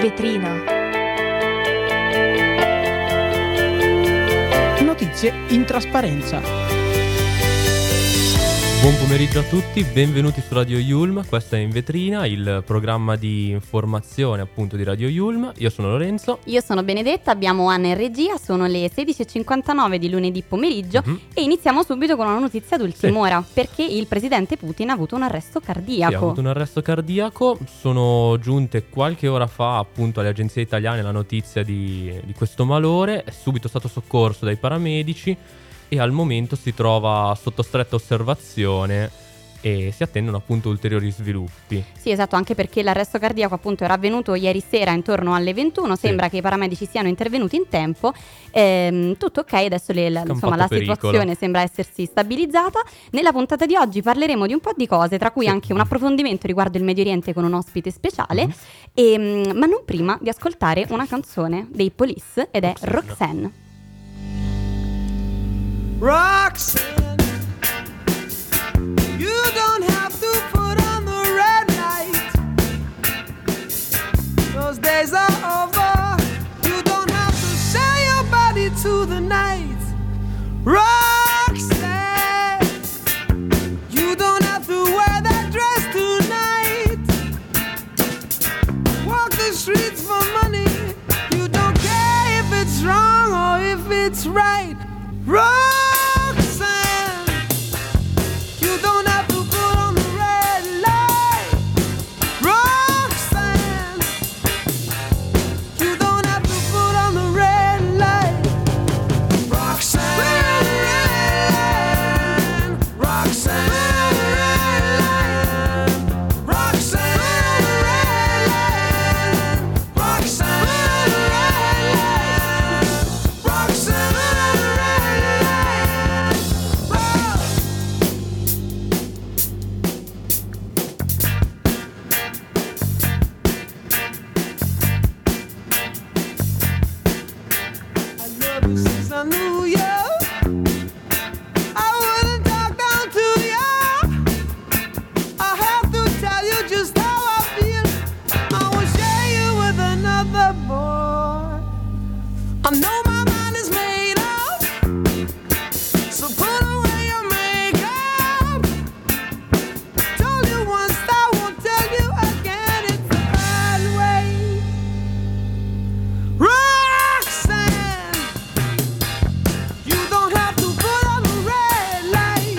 Vetrina. Notizie in trasparenza. Buon pomeriggio a tutti, benvenuti su Radio Yulm, questa è In Vetrina, il programma di informazione appunto di Radio Yulm. Io sono Lorenzo. Io sono Benedetta, abbiamo Anna in regia, sono le 16.59 di lunedì pomeriggio e iniziamo subito con una notizia d'ultima ora, perché il presidente Putin ha avuto un arresto cardiaco. Sì, ha avuto un arresto cardiaco, sono giunte qualche ora fa appunto alle agenzie italiane la notizia di questo malore, è subito stato soccorso dai paramedici e al momento si trova sotto stretta osservazione e si attendono appunto ulteriori sviluppi. Sì, esatto, anche perché l'arresto cardiaco appunto era avvenuto ieri sera intorno alle 21, sembra che i paramedici siano intervenuti in tempo, tutto ok, adesso la situazione sembra essersi stabilizzata. Nella puntata di oggi parleremo di un po' di cose, tra cui anche un approfondimento riguardo il Medio Oriente con un ospite speciale, ma non prima di ascoltare una canzone dei Police ed è Roxanne. Roxanne, you don't have to put on the red light. Those days are over. You don't have to sell your body to the night. Roxanne, you don't have to wear that dress tonight. Walk the streets for money. You don't care if it's wrong or if it's right. Roxanne, you don't have to put on the red light. Roxanne, you don't have to put on the red light. Roxanne, Roxanne, Roxanne, Roxanne, since I knew you, I wouldn't talk down to you. I have to tell you just how I feel. I will share you with another boy. I know my mind is made up, so put away your makeup. Told you once, I won't tell you again. It's the bad way. Roxanne, you don't have to put on the red light.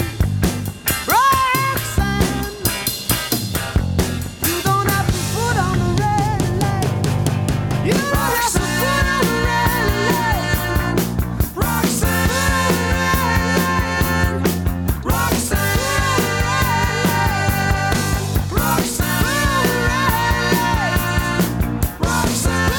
Roxanne, you don't have to put on the red light. You don't have to put on the red light. Roxanne, Roxanne, Roxanne,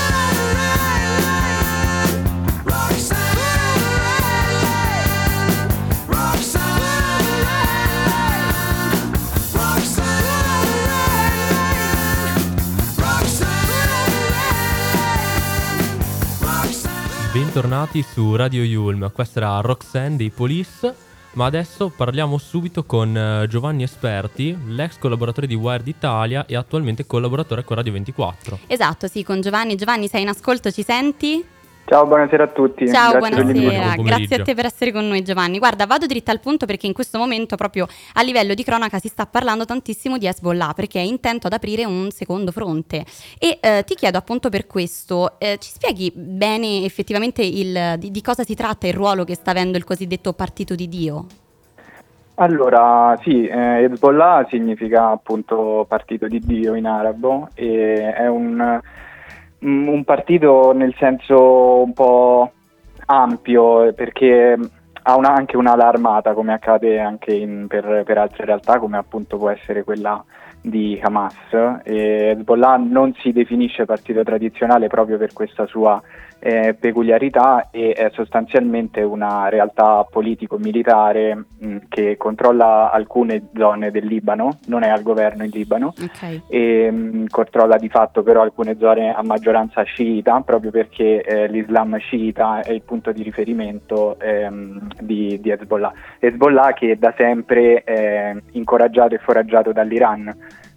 Bentornati su Radio Yulm, questa era Roxanne dei Police, ma adesso parliamo subito con Giovanni Esperti, l'ex collaboratore di Wired Italia e attualmente collaboratore con Radio 24. Esatto, sì, con Giovanni. Giovanni, sei in ascolto, ci senti? Ciao, buonasera a tutti. Ciao, Grazie buonasera, grazie a te per essere con noi, Giovanni. Guarda, vado dritta al punto perché in questo momento proprio a livello di cronaca si sta parlando tantissimo di Hezbollah perché è intento ad aprire un secondo fronte e ti chiedo appunto per questo, ci spieghi bene effettivamente di cosa si tratta, il ruolo che sta avendo il cosiddetto partito di Dio? Allora, sì, Hezbollah significa appunto partito di Dio in arabo e è un partito nel senso un po' ampio perché ha anche un'ala armata, come accade anche per altre realtà come appunto può essere quella di Hamas. E Hezbollah non si definisce partito tradizionale proprio per questa sua peculiarità e è sostanzialmente una realtà politico-militare che controlla alcune zone del Libano, non è al governo in Libano, okay. E controlla di fatto però alcune zone a maggioranza sciita, proprio perché l'Islam sciita è il punto di riferimento di Hezbollah. Hezbollah che da sempre è incoraggiato e foraggiato dall'Iran.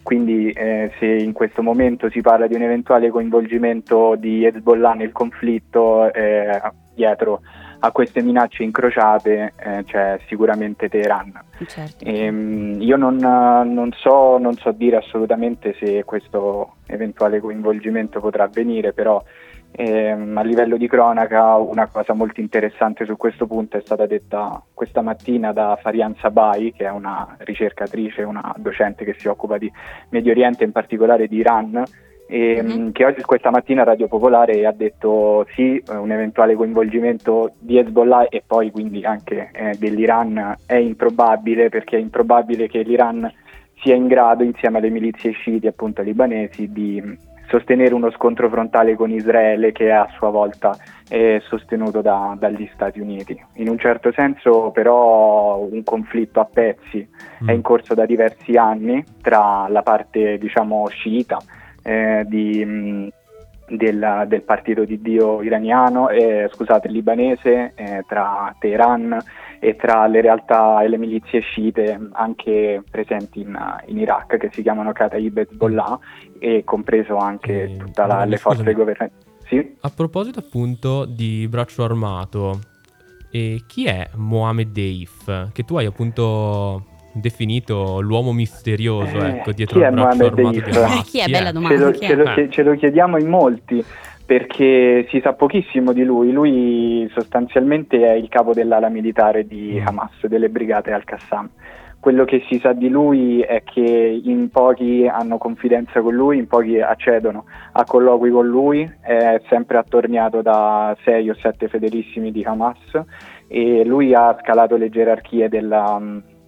quindi se in questo momento si parla di un eventuale coinvolgimento di Hezbollah nel conflitto, dietro a queste minacce incrociate c'è sicuramente Teheran. Certo. Io non so dire assolutamente se questo eventuale coinvolgimento potrà avvenire, però a livello di cronaca una cosa molto interessante su questo punto è stata detta questa mattina da Farian Sabai, che è una ricercatrice, una docente che si occupa di Medio Oriente, in particolare di Iran, che oggi, questa mattina a Radio Popolare, ha detto sì, un eventuale coinvolgimento di Hezbollah e poi quindi anche dell'Iran è improbabile, perché è improbabile che l'Iran sia in grado, insieme alle milizie sciiti appunto libanesi, di sostenere uno scontro frontale con Israele, che è a sua volta sostenuto dagli Stati Uniti. In un certo senso però un conflitto a pezzi è in corso da diversi anni tra la parte, diciamo, sciita del partito di Dio iraniano, libanese, tra Teheran e tra le realtà e le milizie sciite anche presenti in Iraq, che si chiamano Kataib Hezbollah, e compreso anche le forze governative. Sì? A proposito appunto di braccio armato, chi è Mohammed Deif, che tu hai appunto definito l'uomo misterioso, dietro il braccio armato di Hamas? Chi è? Bella domanda. Ce lo chiediamo in molti, perché si sa pochissimo di lui. Lui sostanzialmente è il capo dell'ala militare di Hamas, delle brigate Al-Qassam. Quello che si sa di lui è che in pochi hanno confidenza con lui, in pochi accedono a colloqui con lui, è sempre attorniato da 6 o 7 fedelissimi di Hamas, e lui ha scalato le gerarchie della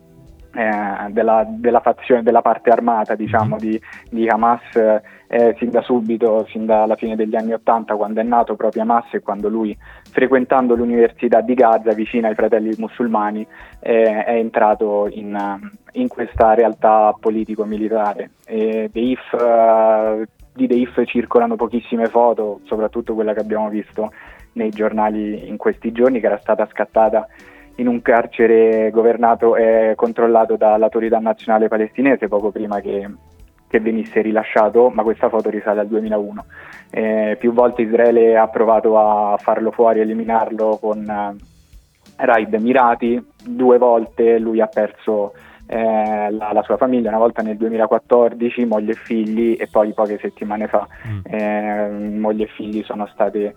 fazione, della parte armata, diciamo, di Hamas sin da subito, sin dalla fine degli anni '80, quando è nato proprio Hamas, e quando lui, frequentando l'università di Gaza vicino ai fratelli musulmani, è entrato in questa realtà politico-militare. Di Deif circolano pochissime foto, soprattutto quella che abbiamo visto nei giornali in questi giorni, che era stata scattata in un carcere governato e controllato dall'autorità nazionale palestinese poco prima che venisse rilasciato, ma questa foto risale al 2001. Più volte Israele ha provato a farlo fuori, eliminarlo con raid mirati. 2 volte lui ha perso la sua famiglia, una volta nel 2014, moglie e figli, e poi poche settimane fa moglie e figli sono state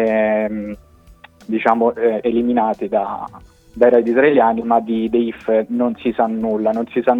eliminati dai raid israeliani, ma di Deif non si sa nulla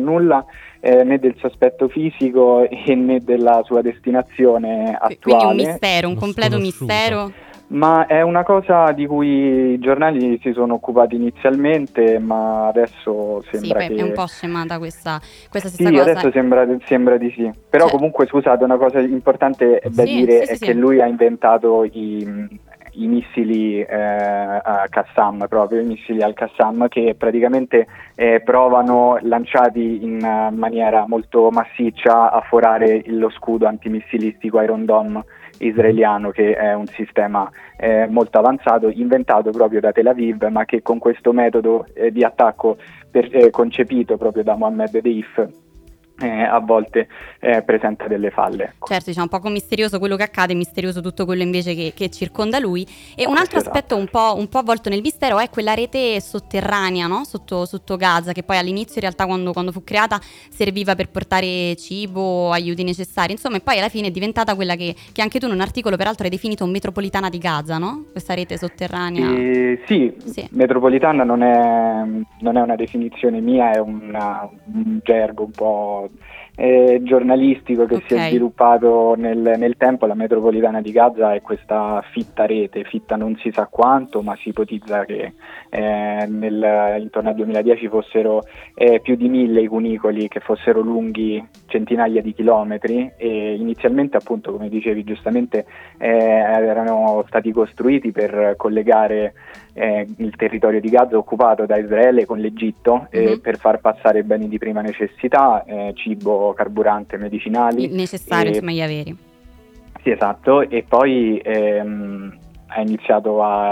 né del suo aspetto fisico né della sua destinazione attuale. Quindi un mistero, un completo mistero. Ma è una cosa di cui i giornali si sono occupati inizialmente, ma adesso sembra che... è un po' scemata questa stessa sì, cosa. Adesso sembra di sì. Però comunque, scusate, una cosa importante da dire è che lui ha inventato i missili Qassam, proprio i missili Al-Qassam, che praticamente provano, lanciati in maniera molto massiccia, a forare lo scudo antimissilistico Iron Dome israeliano, che è un sistema molto avanzato, inventato proprio da Tel Aviv, ma che con questo metodo di attacco concepito proprio da Mohammed Deif a volte presenta delle falle. Certo, diciamo un poco misterioso quello che accade, misterioso tutto quello invece che circonda lui. E un altro aspetto un po' avvolto nel mistero è quella rete sotterranea, no? sotto Gaza, che poi all'inizio in realtà quando fu creata serviva per portare cibo, aiuti necessari, insomma, e poi alla fine è diventata quella che anche tu in un articolo peraltro hai definito metropolitana di Gaza, no? Questa rete sotterranea. Sì, metropolitana non è una definizione mia, è un gergo un po' giornalistico che si è sviluppato nel tempo. La metropolitana di Gaza è questa fitta rete, fitta non si sa quanto, ma si ipotizza che intorno al 2010 fossero più di 1000 i cunicoli, che fossero lunghi centinaia di chilometri, e inizialmente, appunto, come dicevi giustamente, erano stati costruiti per collegare il territorio di Gaza occupato da Israele con l'Egitto, per far passare beni di prima necessità, cibo, carburante, medicinali. Il necessario, insomma, gli averi. Sì, esatto, e poi è iniziato a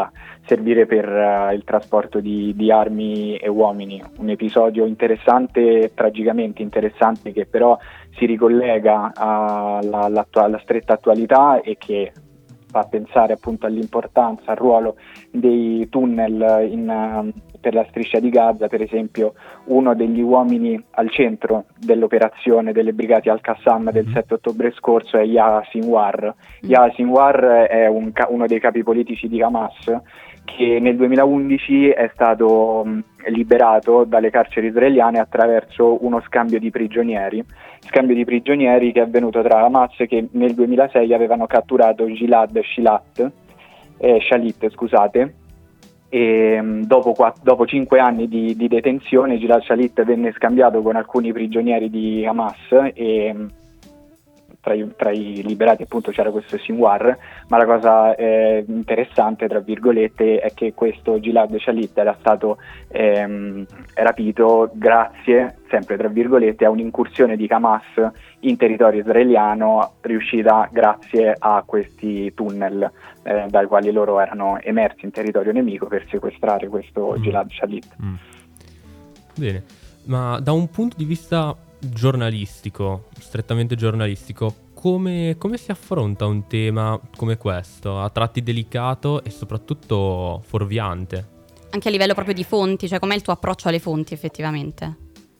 servire per il trasporto di armi e uomini. Un episodio interessante, tragicamente interessante, che però si ricollega alla stretta attualità e che fa pensare appunto all'importanza, al ruolo dei tunnel per la striscia di Gaza. Per esempio, uno degli uomini al centro dell'operazione delle brigate Al-Qassam del 7 ottobre scorso è Yahya Sinwar. Yahya Sinwar è uno dei capi politici di Hamas, che nel 2011 è stato liberato dalle carceri israeliane attraverso uno scambio di prigionieri che è avvenuto tra Hamas, che nel 2006 avevano catturato Gilad Shalit, e dopo 5 anni di detenzione Gilad Shalit venne scambiato con alcuni prigionieri di Hamas, e tra i liberati appunto c'era questo Sinwar. Ma la cosa interessante, tra virgolette, è che questo Gilad Shalit era stato rapito grazie, sempre tra virgolette, a un'incursione di Hamas in territorio israeliano, riuscita grazie a questi tunnel dai quali loro erano emersi in territorio nemico per sequestrare questo Gilad Shalit. Bene, ma da un punto di vista giornalistico, strettamente giornalistico, come si affronta un tema come questo, a tratti delicato e soprattutto fuorviante? Anche a livello proprio di fonti, cioè com'è il tuo approccio alle fonti effettivamente?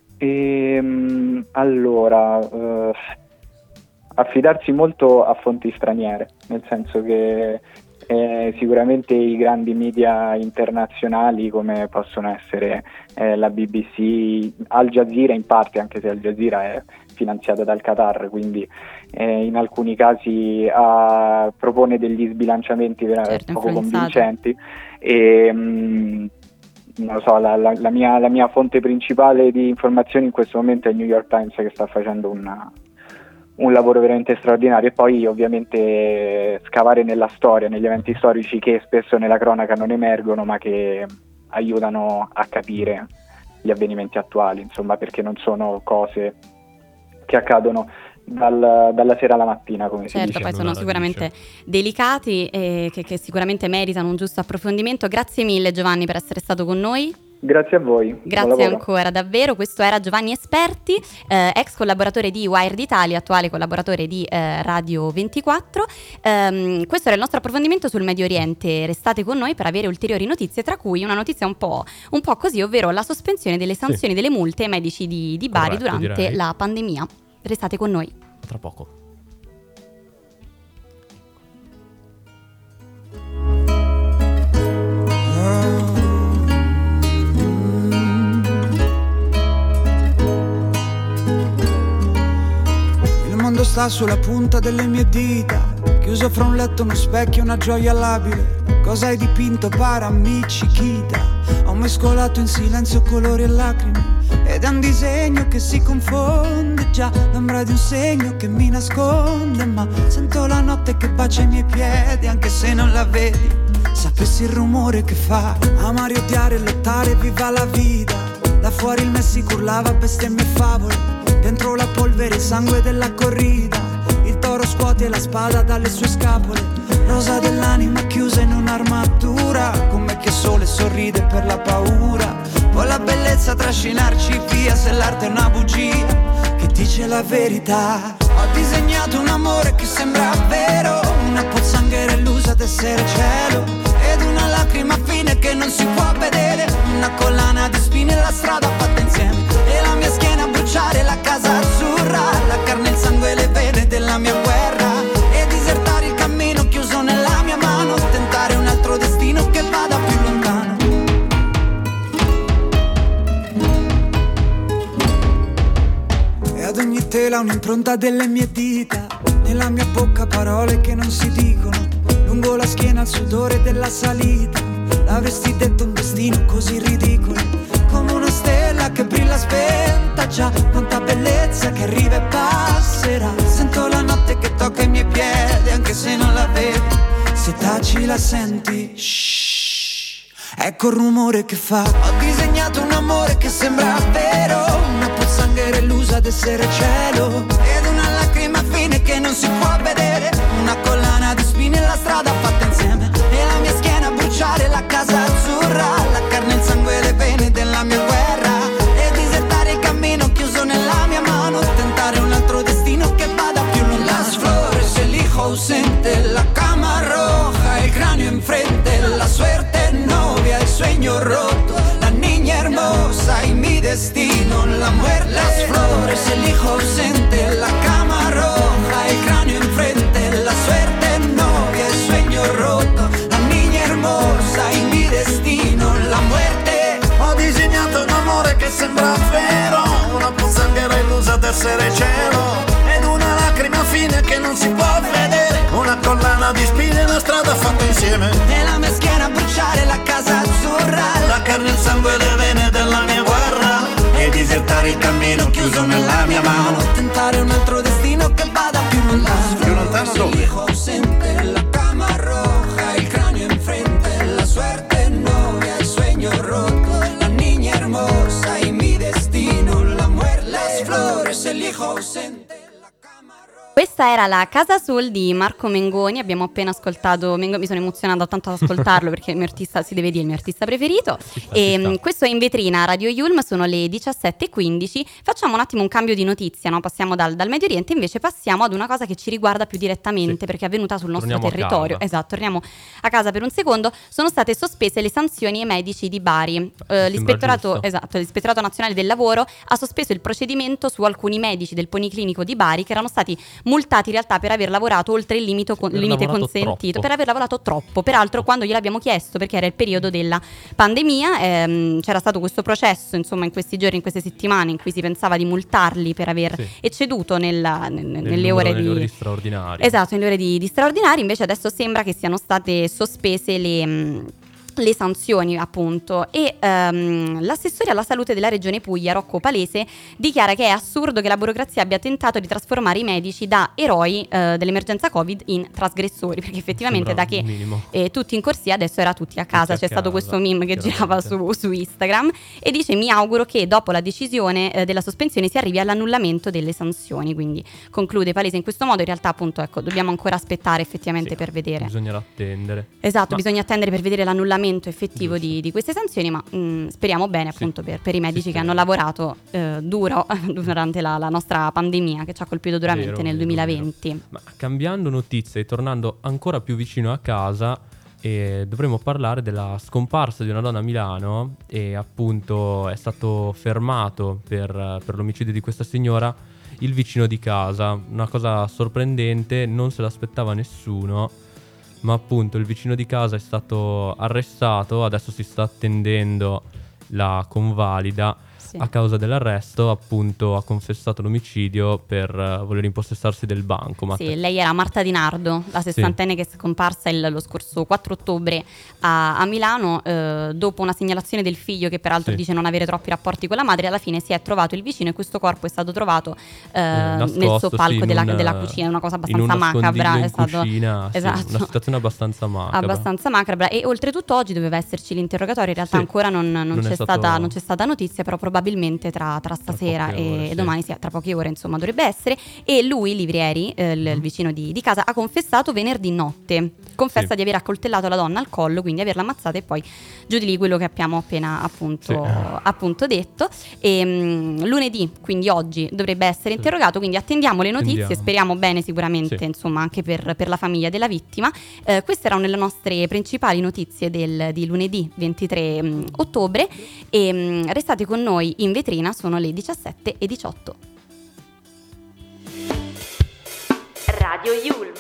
Allora, affidarsi molto a fonti straniere, nel senso che sicuramente i grandi media internazionali, come possono essere la BBC, Al Jazeera in parte, anche se Al Jazeera è finanziata dal Qatar, quindi in alcuni casi propone degli sbilanciamenti poco convincenti, e non lo so, la mia fonte principale di informazioni in questo momento è il New York Times, che sta facendo un lavoro veramente straordinario. E poi ovviamente scavare nella storia, negli eventi storici che spesso nella cronaca non emergono, ma che aiutano a capire gli avvenimenti attuali, insomma, perché non sono cose che accadono dalla sera alla mattina, come si dice. Poi sono sicuramente delicati e che sicuramente meritano un giusto approfondimento. Grazie mille Giovanni per essere stato con noi. Grazie a voi. Grazie ancora, davvero. Questo era Giovanni Esperti, ex collaboratore di Wired Italia, attuale collaboratore di Radio 24. Questo era il nostro approfondimento sul Medio Oriente. Restate con noi per avere ulteriori notizie, tra cui una notizia un po' così, ovvero la sospensione delle sanzioni delle multe ai medici di Bari durante la pandemia. Restate con noi. Tra poco. Il mondo sta sulla punta delle mie dita, chiuso fra un letto, uno specchio, una gioia labile. Cosa hai dipinto? Parammici, chita. Ho mescolato in silenzio colori e lacrime, ed è un disegno che si confonde già, l'ombra di un segno che mi nasconde. Ma sento la notte che bacia i miei piedi, anche se non la vedi. Sapessi il rumore che fa, amare, odiare, lottare, viva la vita. Da fuori il Messico urlava bestemmie e favole, dentro la polvere il sangue della corrida. Il toro scuote la spada dalle sue scapole, rosa dell'anima chiusa in un'armatura, come che sole sorride per la paura. Poi la bellezza trascinarci via, se l'arte è una bugia che dice la verità. Ho disegnato un amore che sembra vero, una pozzanghera illusa d'essere cielo, ed una lacrima fine che non si può vedere, una collana di spine e la strada fatta insieme, e la mia schiena a bruciare, la casa azzurra, la carne, il sangue e le vene della mia guerra, e disertare il cammino chiuso nella mia mano, tentare un altro destino che vada più lontano. E ad ogni tela un'impronta delle mie dita, nella mia bocca parole che non si dicono, lungo la schiena il sudore della salita. L'avresti detto un destino così ridicolo, come una stella che brilla spenta già, quanta bellezza che arriva e passerà. Sento la notte che tocca i miei piedi, anche se non la vedi, se taci la senti. Shhh, ecco il rumore che fa. Ho disegnato un amore che sembra vero, una pozzanghera illusa d'essere cielo, ed una lacrima fine che non si può vedere, una collana di spine e la strada fatta insieme, e la mia schiena a bruciare, la casa ausente, la cama roja, el cráneo enfrente, la suerte novia, el sueño roto, la niña hermosa y mi destino, la muerte, las flores, el hijo ausente, la cama roja, el cráneo enfrente, la suerte novia, el sueño roto, la niña hermosa y mi destino, la muerte. Ho disegnato un amore che sembra vero, una pozzanghera illusa d'essere cielo, ed una lacrima fine che non si può vedere, una collana di spine, una strada fatta insieme, E la mia schiena a bruciare, la casa azzurra, la carne, il sangue e le vene della mia guerra, e disertare il cammino chiuso nella mia mano. tentare un altro destino che vada più lontano. Più lontano dove? Il hijo ausente, la cama roja, el cráneo enfrente, la suerte novia, el sueño roto, la niña hermosa y mi destino, la muerte, las flores, el hijo ausente. Questa era la Casa Soul di Marco Mengoni, abbiamo appena ascoltato, mi sono emozionata tanto ad ascoltarlo perché il mio artista, si deve dire, il mio artista preferito. Questo è in vetrina a Radio Yulm, sono le 17:15, facciamo un attimo un cambio di notizia, no? Passiamo dal Medio Oriente, invece passiamo ad una cosa che ci riguarda più direttamente perché è avvenuta sul nostro territorio. Esatto, torniamo a casa per un secondo. Sono state sospese le sanzioni ai medici di Bari. L'ispettorato nazionale del lavoro ha sospeso il procedimento su alcuni medici del Policlinico di Bari che erano stati multati in realtà per aver lavorato oltre il limite consentito, per aver lavorato troppo. Peraltro, quando gliel'abbiamo chiesto, perché era il periodo della pandemia, c'era stato questo processo, insomma, in questi giorni, in queste settimane, in cui si pensava di multarli per aver ecceduto nelle ore di straordinario. Esatto, nelle ore di straordinari. Invece adesso sembra che siano state sospese le sanzioni, appunto, e l'assessore alla salute della regione Puglia, Rocco Palese, dichiara che è assurdo che la burocrazia abbia tentato di trasformare i medici da eroi dell'emergenza Covid in trasgressori, perché effettivamente da che tutti in corsia adesso era tutti a casa. C'è stato questo meme che girava su Instagram, e dice: mi auguro che dopo la decisione della sospensione si arrivi all'annullamento delle sanzioni. Quindi conclude Palese in questo modo. In realtà, appunto, ecco, dobbiamo ancora aspettare effettivamente per vedere. Bisognerà attendere. Esatto, bisogna attendere per vedere l'annullamento effettivo di queste sanzioni, ma speriamo bene, appunto, per i medici che hanno lavorato duro durante la nostra pandemia che ci ha colpito duramente nel 2020. Ma cambiando notizia e tornando ancora più vicino a casa, dovremmo parlare della scomparsa di una donna a Milano, e appunto è stato fermato per l'omicidio di questa signora il vicino di casa. Una cosa sorprendente, non se l'aspettava nessuno, ma appunto il vicino di casa è stato arrestato, adesso si sta attendendo la convalida. A causa dell'arresto, appunto, ha confessato l'omicidio per voler impossessarsi del bancomat. Sì, lei era Marta Di Nardo, la sessantenne che è scomparsa lo scorso 4 ottobre a Milano, dopo una segnalazione del figlio che peraltro dice non avere troppi rapporti con la madre. Alla fine si è trovato il vicino e questo corpo è stato trovato nel soppalco della cucina, una cosa abbastanza macabra. È stato cucina, una situazione abbastanza macabra. E oltretutto oggi doveva esserci l'interrogatorio, in realtà ancora non c'è stata notizia, però probabilmente tra stasera e domani, tra poche ore, insomma, dovrebbe essere. E lui, Livrieri, il vicino di casa, ha confessato venerdì notte. Confessa di aver accoltellato la donna al collo, quindi averla ammazzata, e poi giù di lì quello che abbiamo appena appunto detto. E lunedì, quindi oggi, dovrebbe essere interrogato, quindi attendiamo le notizie. Speriamo bene sicuramente, insomma, anche per la famiglia della vittima. Queste erano le nostre principali notizie di lunedì 23 ottobre, e restate con noi in vetrina, sono le 17:18. Radio Yulm.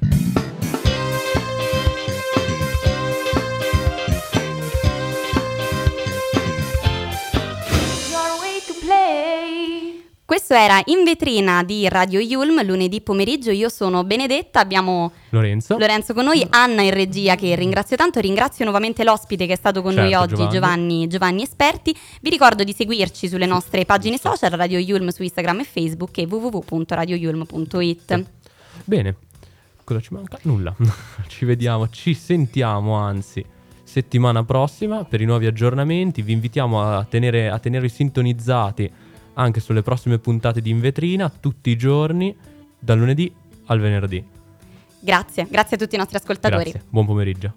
Questo era In Vetrina di Radio Yulm, lunedì pomeriggio. Io sono Benedetta, abbiamo Lorenzo con noi, Anna in regia, che ringrazio tanto. Ringrazio nuovamente l'ospite che è stato con noi oggi, Giovanni Esperti. Vi ricordo di seguirci sulle nostre pagine social, Radio Yulm su Instagram e Facebook, e www.radioyulm.it. Bene, cosa ci manca? Nulla. Ci sentiamo anzi settimana prossima per i nuovi aggiornamenti. Vi invitiamo a tenervi sintonizzati anche sulle prossime puntate di In Vetrina, tutti i giorni, dal lunedì al venerdì. Grazie a tutti i nostri ascoltatori. Grazie, buon pomeriggio.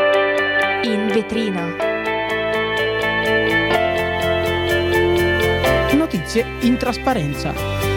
In Vetrina. notizie in trasparenza.